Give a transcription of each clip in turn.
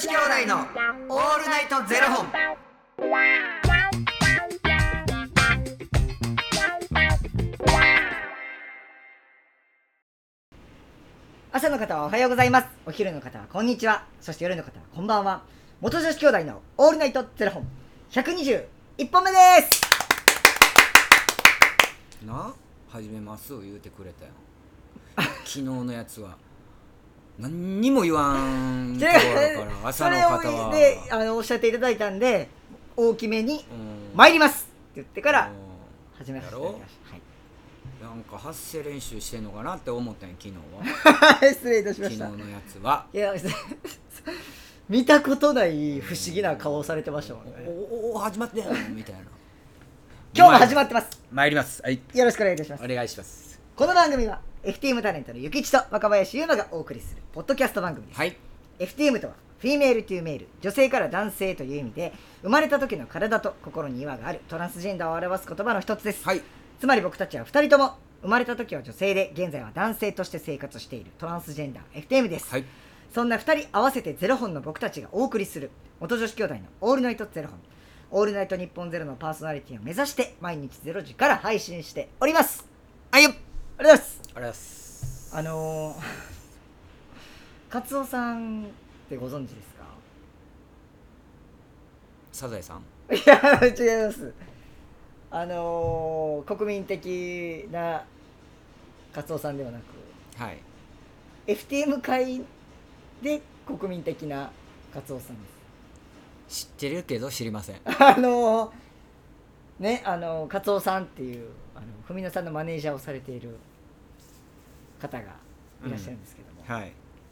子兄弟のオールナイトゼロ本。朝の方はおはようございます。お昼の方はこんにちは。そして夜の方はこんばんは。元女子兄弟のオールナイトゼロ本121本目です。 な、始めます言うてくれたよ昨日のやつは何にも言わんところから朝の方はそれでおっしゃっていただいたんで大きめに参りますって言ってから始めさせていただきました。はい、 なんか発声練習してんのかなって思ったんや昨日は失礼いたしました。 昨日のやつはいや見たことない不思議な顔をされてましたもんね。 お始まってんみたいな今日も始まってます。 参ります。はい、 よろしくお願いいたします。 お願いします。 この番組は FTM タレントのゆきちと若林優馬がお送りするポッドキャスト番組です。 はい、 FTM とはフィメールトゥーメール、女性から男性という意味で、生まれた時の体と心に違和があるトランスジェンダーを表す言葉の一つです。 はい、 つまり僕たちは2人とも生まれた時は女性で現在は男性として生活しているトランスジェンダー FTM です。 はい、 そんな2人合わせてゼロ本の僕たちがお送りする元女子兄弟のオールナイトゼロ本、オールナイト日本ゼロのパーソナリティを目指して毎日0時から配信しております。 はいよ、 ありがとうございます。 ありがとうございます。 カツオさんってご存知ですか？ サザエさん？ いや違います。国民的なカツオさんではなく、 はい、 FTM 界で国民的なカツオさんです。 知ってるけど知りません。 ね、カツオさんっていう文野さんのマネージャーをされている方がいらっしゃるんですけども、 はい、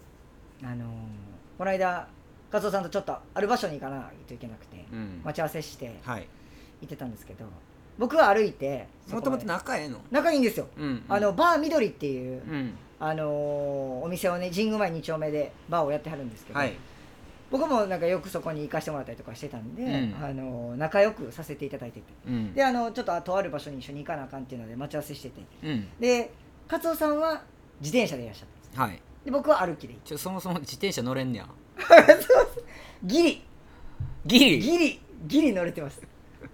この間カツオさんとちょっとある場所に行かないといけなくて、待ち合わせしてはい、 行ってたんですけど、僕は歩いてもともと仲ええの？ 仲いいんですよ。バー緑っていう、お店をね、神宮前2丁目でバーをやってはるんですけど、はい、僕もなんかよくそこに行かしてもらったりとかしてたんで、仲良くさせていただいてて、でちょっととある場所に一緒に行かなあかんっていうので待ち合わせしてて、でカツオさんは自転車でいらっしゃったんです。はい、で僕は歩きで行って、 そもそも自転車乗れんねやギリ乗れてます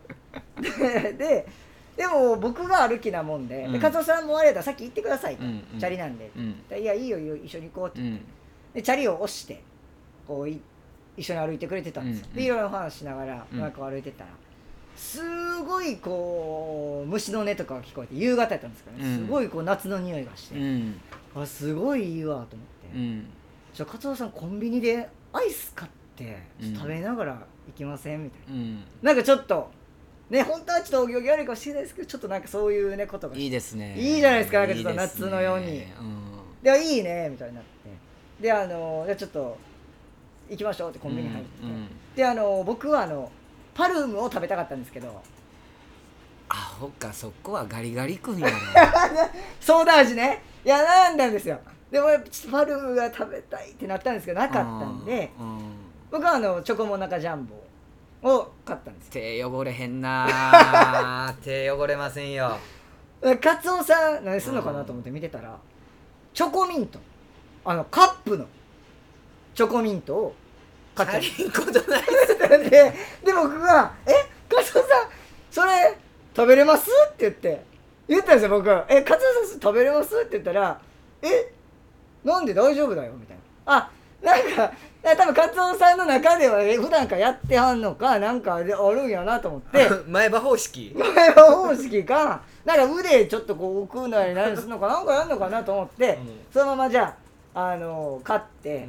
でも僕が歩きなもんで、カツオさんもあれださっき行ってくださいと、チャリなんで、いやいいよ一緒に行こうって言って、でチャリを押してこう一緒に歩いてくれてたんですよ。でいろいろ話しながらなんか歩いてたら、すごいこう虫の音とかが聞こえて、夕方やったんですけどね、すごいこう夏の匂いがして、すごいいいわと思って、じゃあカツオさんコンビニでアイス買って食べながら行きませんみたいな、なんかちょっとね、本当はちょっとお行儀悪いかもしれないですけど、ちょっとなんかそういうねことがいいですね。 いいじゃないですか。なんかちょっと夏のように、でいいねみたいになって、でじゃあちょっと行きましょうってコンビニ入って、で僕はパルムを食べたかったんですけど、 ほっか、そこはガリガリ君やろソーダ味ね。いやなんなんですよ。でもちょっとパルムが食べたいってなったんですけどなかったんで、僕はチョコモナカジャンボを買ったんです。 手汚れへんな手汚れませんよ。 カツオさん何すんのかなと思って見てたら、チョコミント、カップのチョコミントを買っちゃった。 足りんことないで僕がカツオさんそれ食べれますって言ったんですよ。僕カツオさん食べれますって言ったら、なんで大丈夫だよみたいな。なんか多分カツオさんの中では普段からやってはんのかなんかであるんやなと思って前歯方式かなんか腕ちょっとこう置くなり何するのかなんかやんのかなと思って、そのままじゃあ買って、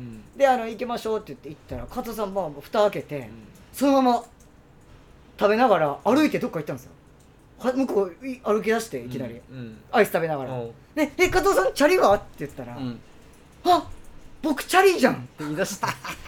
で行きましょうって言って行ったら、カツオさんも蓋開けて、そのまま食べながら歩いてどっか行ったんですよ。向こう歩き出していきなり、アイス食べながら、でカツオさんチャリはって言ったら、僕チャリじゃんって言い出して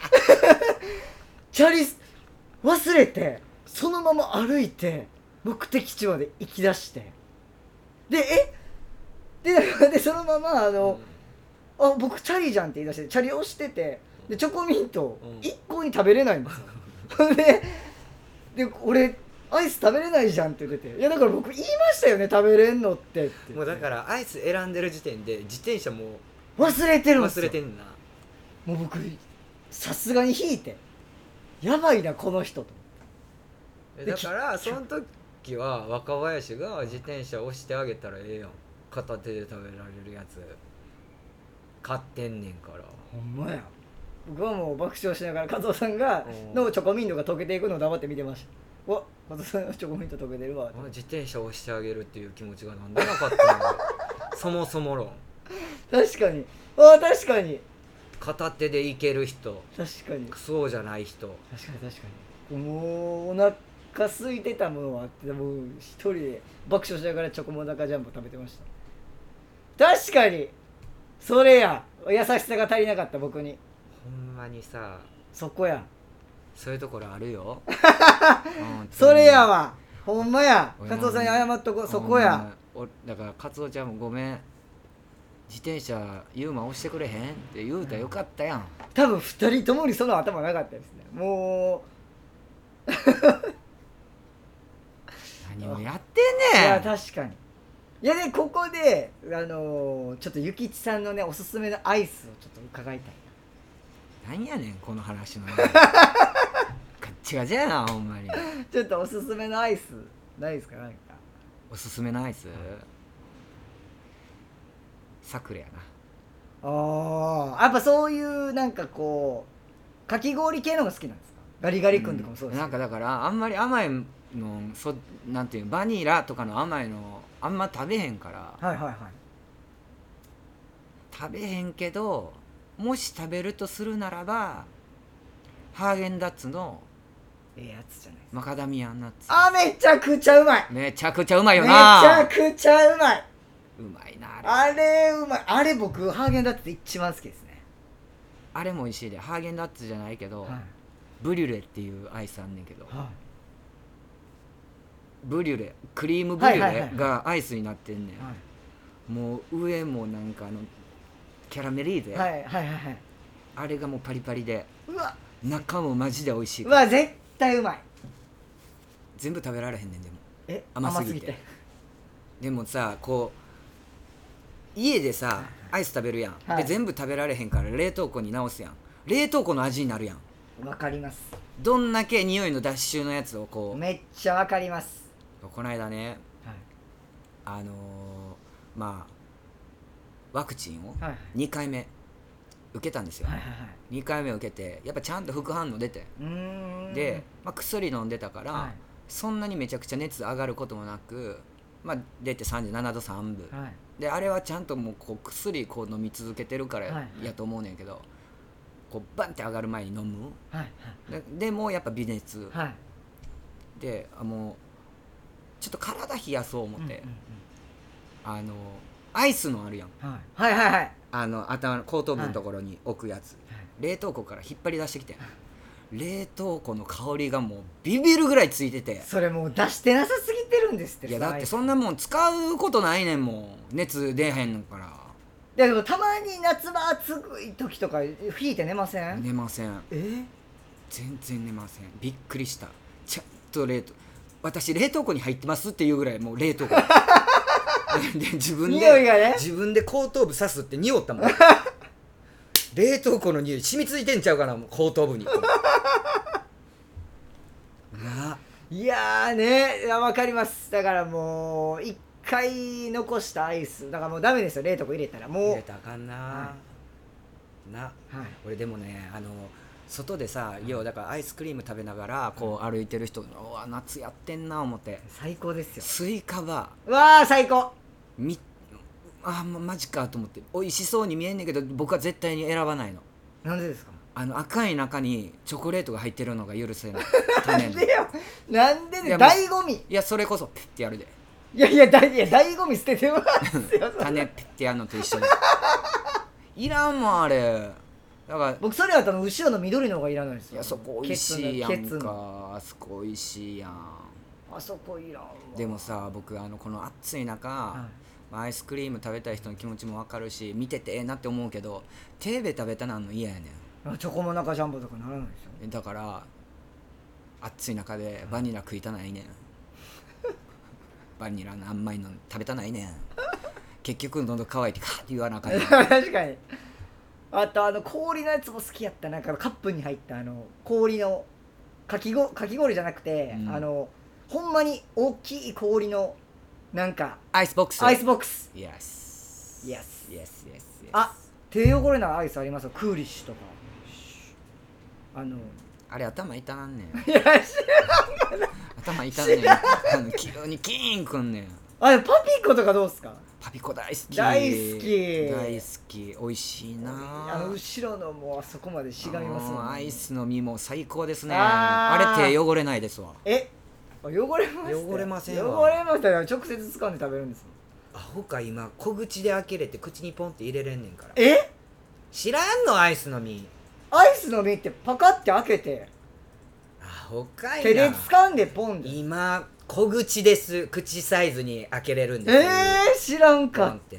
チャリ忘れてそのまま歩いて目的地まで行き出して、でそのまま僕チャリじゃんって言い出して、チャリ押してて、でチョコミント一向に食べれないんですよで俺アイス食べれないじゃんって言ってて、いやだから僕言いましたよね、食べれんのってもうだからアイス選んでる時点で自転車も忘れてるんですよ。 忘れてんな。 もう僕さすがに引いてやばいなこの人と。 だからその時は若林が自転車押してあげたらええやん。片手で食べられるやつ買ってんねんから。 ほんまや。僕はもう爆笑しながら加藤さんがのチョコミントが溶けていくのを黙って見てました。お、加藤さんのチョコミント溶けてるわ。 自転車押してあげるっていう気持ちがなんでなかったのそもそも論。 確かに。あ、確かに。 片手で行ける人、 確かに。 そうじゃない人。 確かに確かに。もうお腹空いてたものはあって、もう一人で爆笑しながらチョコモナカジャンボ食べてました。確かにそれや。優しさが足りなかった僕に。 ほんまにさ、 そこや。 そういうところあるよそれやわ。ほんまや。加藤さんに謝っとこ。そこや。 だから加藤ちゃんもごめん、自転車ユーマ押してくれへんって言うたらよかったやん。 多分2人ともにその頭なかったですね。もう何をやってんねん。 いや確かに。いやでここでちょっとゆきちさんのねおすすめのアイスをちょっと伺いたいな。何やねんこの話のガッチガチやなほんまに。 ちょっとおすすめのアイスないですか？なんかおすすめのアイス、サクレやな。 やっぱそういうなんかこうかき氷系のが好きなんですか？ガリガリ君とかもそうです、 なんかだからあんまり甘いのなんていうバニラとかの甘いのあんま食べへんから、 はいはいはい、 食べへんけど、もし食べるとするならばハーゲンダッツのやつじゃないですか。 マカダミアンナッツ。 めちゃくちゃうまい。 めちゃくちゃうまいよな。 めちゃくちゃうまい。 うまいなあれうまい。あれ僕ハーゲンダッツで一番好きですね。 あれも美味しいで。ハーゲンダッツじゃないけど、 はい、 ブリュレっていうアイスあんねんけど、 はい、 ブリュレ、クリームブリュレがアイスになってんねん、 はい、 もう上もなんかキャラメリーゼ、 はいはいはいはい、 あれがもうパリパリで、 うわ中もマジで美味しい。 うわ絶対うまい。 全部食べられへんねん。でも甘すぎてでもさ、こう家でさアイス食べるやん、 はい、 で全部食べられへんから冷凍庫に直すやん。冷凍庫の味になるやん。 わかります。 どんだけ匂いの脱臭のやつをこう。 めっちゃわかります。 この間ね、はい、まあワクチンを2回目受けたんですよ、はいはいはい、2回目受けてやっぱちゃんと副反応出て、で、薬飲んでたから、はい、そんなにめちゃくちゃ熱上がることもなく、出て37度3分、はい、であれはちゃんともうこう薬こう飲み続けてるからやと思うねんけど、はいはい、こうバンって上がる前に飲む、はいはい、でもやっぱ微熱、はい、でもうちょっと体冷やそう思って、アイスのあるやん、 はいはいはい、 頭の後頭部のところに置くやつ、はい、冷凍庫から引っ張り出してきて、冷凍庫の香りがもうビビるぐらいついてて。 それもう出してなさすぎてるんですって。 いやだってそんなもん使うことないねんもん、熱出へんのから。 でもたまに夏場暑い時とか引いて寝ません？ 寝ません。全然寝ません。びっくりした。ちゃんと私冷凍庫に入ってますっていうぐらいもう冷凍庫で自分で匂いがね、 自分で後頭部刺すって匂ったもん冷凍庫の匂い染みついてんちゃうかな、もう後頭部にいやーね、わかります。だからもう1回残したアイスだからもうダメですよ、冷凍庫入れたら。もう入れたらあかんな、はい、俺でもね外でさ、要はだからアイスクリーム食べながらこう歩いてる人、うわ夏やってんな思って。 最高ですよ。 スイカバー、うわー最高。 マジかと思って、美味しそうに見えんねんけど僕は絶対に選ばないの。 なんでですか？ 赤い中にチョコレートが入ってるのが許せないなんでよ、なんでね、醍醐味。 いやそれこそピッてやるで。 いや醍醐味捨ててますよ種ピッてやるのと一緒にいらんもんあれ。だから僕それは多分後ろの緑の方がいらないですよ。 いやそこ美味しいやんか、あそこ美味しいやん。 あそこいらんわ。 でもさ僕この暑い中、アイスクリーム食べたい人の気持ちも分かるし見ててええなって思うけど、手で食べたなんの嫌やねん。チョコモナカジャンボとかならないでしょ。 だから暑い中でバニラ食いたないねんバニラの甘いの食べたないねん結局喉乾いてカーって言わなあかんねん確かに。あと氷のやつも好きやった。なんかカップに入った氷のかき氷じゃなくて、ほんまに大きい氷のなんかアイスボックス。Yes。 あ、手汚れないアイスありますよ。クーリッシュとか。 あれ頭痛なんねん。 いや知らんがな。 頭痛んねん。急にキーンくんねん。 パピコとかどうすか？ パピコ大好き。 大好き。美味しいな。 後ろのもうあそこまでしがみますもんね。 アイスの実も最高ですね。あれ手汚れないですわ。 汚れました。 汚れませんわ。 汚れましたよ。直接掴んで食べるんですもん。アホか。今小口で開けれて口にポンって入れれんねんから。知らんの？アイスの実。 アイスの実ってパカって開けてアホかいな。 手で掴んでポンで。 今小口です。口サイズに開けれるんですよ。知らんかった。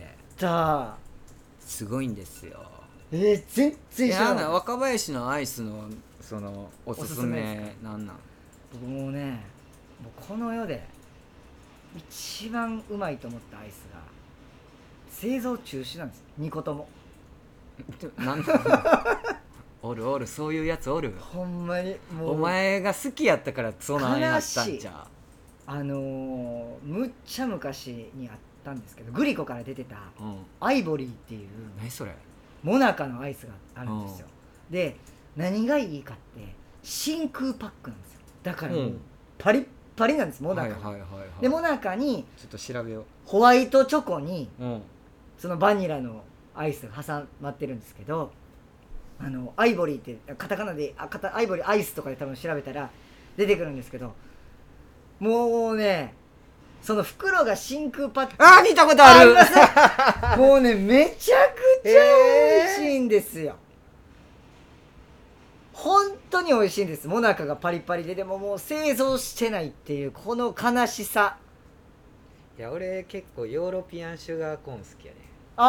すごいんですよ。 全然知らん。 若林のアイスのそのおすすめなんなん？ 僕もうね、この世で一番うまいと思ったアイスが製造中止なんですよ。2個とも。 なんだおるそういうやつおる。 ほんまにもうお前が好きやったからそうなんやったんちゃう。 むっちゃ昔にあったんですけど、グリコから出てたアイボリーっていう何それモナカのアイスがあるんですよ。で何がいいかって真空パックなんですよ。だからもうパリッパリなんです、モナカ。でモナカにちょっと調べよう。 ホワイトチョコにそのバニラのアイスが挟まってるんですけど、アイボリーってカタカナでアイボリーアイスとかで多分調べたら出てくるんですけど、もうね、その袋が真空パック。 見たことある。 もうね、めちゃくちゃ美味しいんですよ。本当に美味しいんです。モナカがパリパリで、でももう製造してないっていうこの悲しさ。 いや俺結構ヨーロピアンシュガーコーン好きやね。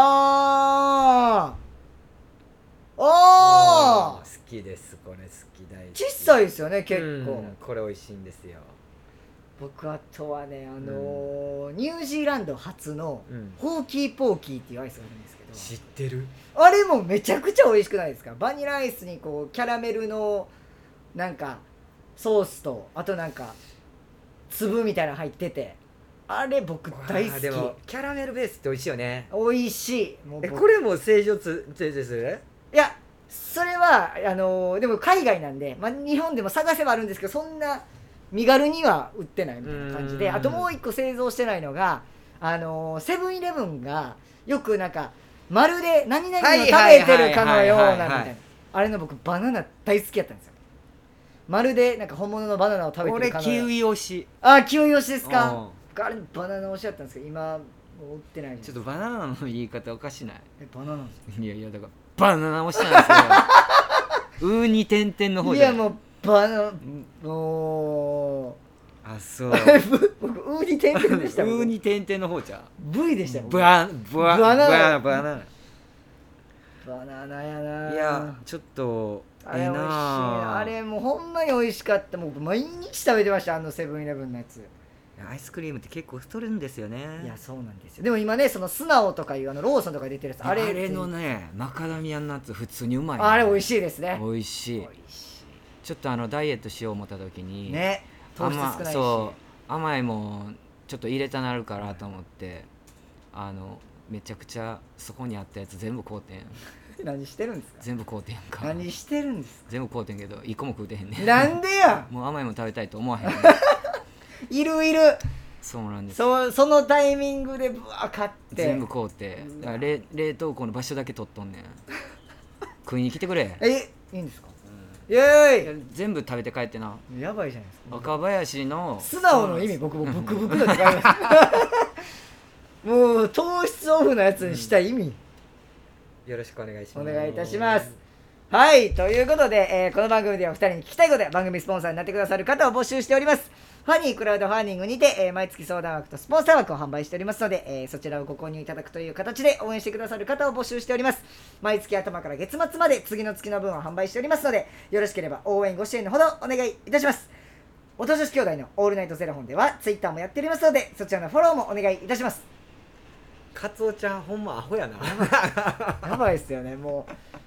好きです。これ好き。大好き。 小さいですよね、結構。 これ美味しいんですよ。 僕あとはね、ニュージーランド初のホーキーポーキーっていうアイスがあるんですけど、 知ってる？ あれもめちゃくちゃ美味しくないですか？バニラアイスにこうキャラメルのなんかソースと、あとなんか粒みたいなの入ってて、あれ僕大好き。 でもキャラメルベースって美味しいよね。 美味しい。もうこれも正常でする？ いや、それはでも海外なんで、日本でも探せばあるんですけど、そんな身軽には売ってないみたいな感じで、あともう一個製造してないのがセブンイレブンがよくなんかまるで何々を食べてるかのようなみたいな、あれの僕バナナ大好きやったんですよ。まるでなんか本物のバナナを食べてるかのような。 俺キウイ推し。 キウイ推しですか？あれバナナ推しやったんですけど、今もう売ってないです。 ちょっとバナナの言い方おかしない？ バナナなんですか？ いやだからバナナ推しなんですよ。ウーに点々の方じゃない。 いやもうバナナもうそう僕ウーに点々でした。 ウーに点々の方じゃ V でしたよ。 バナナやな。 いやちょっとあれ美味しい。あれもうほんまに美味しかった。もう毎日食べてました、セブンイレブンのやつ。 アイスクリームって結構太るんですよね。 いやそうなんですよ。でも今ね、そのスナオとかいうローソンとか出てるやつ、 あれのねマカダミアンナッツ普通にうまい、ね、 あれ美味しいですね。 美味しい。ちょっとダイエットしよう思った時にね、糖質少ないし、 そう甘いもんちょっと入れたなるからと思ってめちゃくちゃそこにあったやつ全部買うてん。 何してるんですか？ 全部買うてんか。 何してるんですか？ 全部買うてんけど一個も食うてへんねん。 なんでや。 もう甘いもん食べたいと思わへん、ね、 いるそうなんです。 そのタイミングでブワー買って全部買うて、だから冷凍庫の場所だけ取っとんねん。食いに来てくれ。 いいんですか？イエーイ。 全部食べて帰ってな。 やばいじゃないですか。 若林の素直の意味僕もブクブクだって書いてますもう糖質オフのやつにした意味、 よろしくお願いします。 お願いいたします。はい、ということで、この番組では2人に聞きたいことや番組スポンサーになってくださる方を募集しております。ファニークラウドファンディングにて、毎月相談枠とスポンサー枠を販売しておりますので、そちらをご購入いただくという形で応援してくださる方を募集しております。毎月頭から月末まで次の月の分を販売しておりますので、よろしければ応援ご支援のほどお願いいたします。音女子兄弟のオールナイトゼロ本ではツイッターもやっておりますので、そちらのフォローもお願いいたします。 カツオちゃんほんまアホやな。 やばいっすよね。もう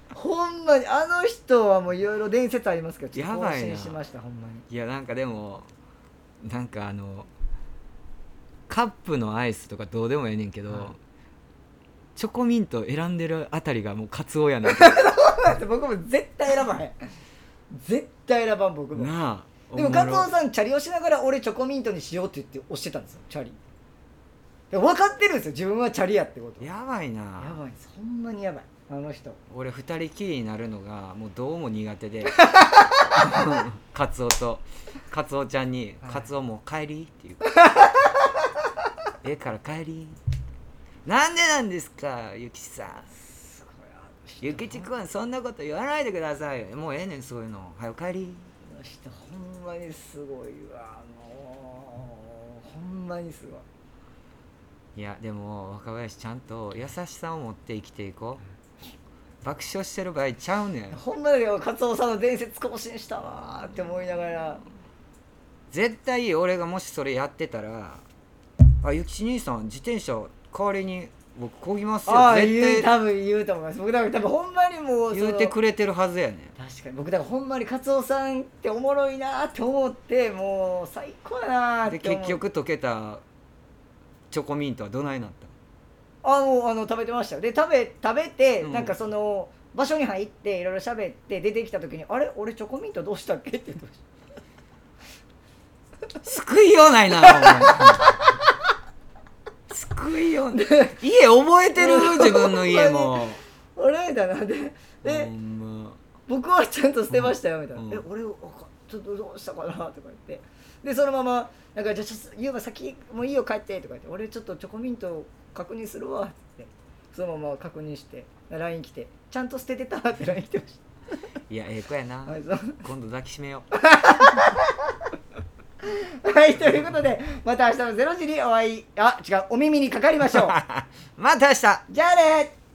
ほんまにあの人はもういろいろ伝説ありますけどちょっと更新しました。ほんまにいやなんかでもなんかカップのアイスとかどうでもええねんけど、チョコミント選んでるあたりがもうカツオやな僕も絶対選ばへん絶対選ばん僕もなあ。 でもカツオさんチャリをしながら俺チョコミントにしようって言って押してたんですよチャリで分かってるんですよ自分はチャリやってこと。 やばいな。 やばいですほんまにやばいあの人。 俺二人きりになるのがもうどうも苦手でカツオちゃんに、カツオもう帰りって言うから帰りなんでなんですかゆきさん。ゆきちくんそんなこと言わないでくださいよ。もうええねんそういうの。はよ帰り。 あの人ほんまにすごいわほんまにすごい。 いやでも若林ちゃんと優しさを持って生きていこう。爆笑してる場合ちゃうねん。 ほんまだけどカツオさんの伝説更新したわって思いながら絶対俺がもしそれやってたらあゆきち兄さん自転車代わりに僕こぎますよ絶対多分言うと思います。僕だから多分ほんまにもう言うてくれてるはずやねん。 確かに僕だからほんまにカツオさんっておもろいなって思ってもう最高やなってで結局溶けたチョコミントはどないなった食べてましたよ。で食べて、 うん、 なんかその場所に入っていろいろ喋って出てきた時にあれ俺チョコミントどうしたっけって言ってました救いようないな救いようない家覚えてる自分の家もあれみたいなで僕はちゃんと捨てましたよみたいな、俺ちょっとどうしたかなとか言ってでそのままなんかじゃあゆうま先もういいよ帰ってとか言って俺ちょっとチョコミント確認するわってそのまま確認して LINE 来てちゃんと捨ててたって LINE 来てましたいやええ子やな、はい、今度抱きしめようはいということでまた明日の0時にお耳にかかりましょうまた明日じゃあね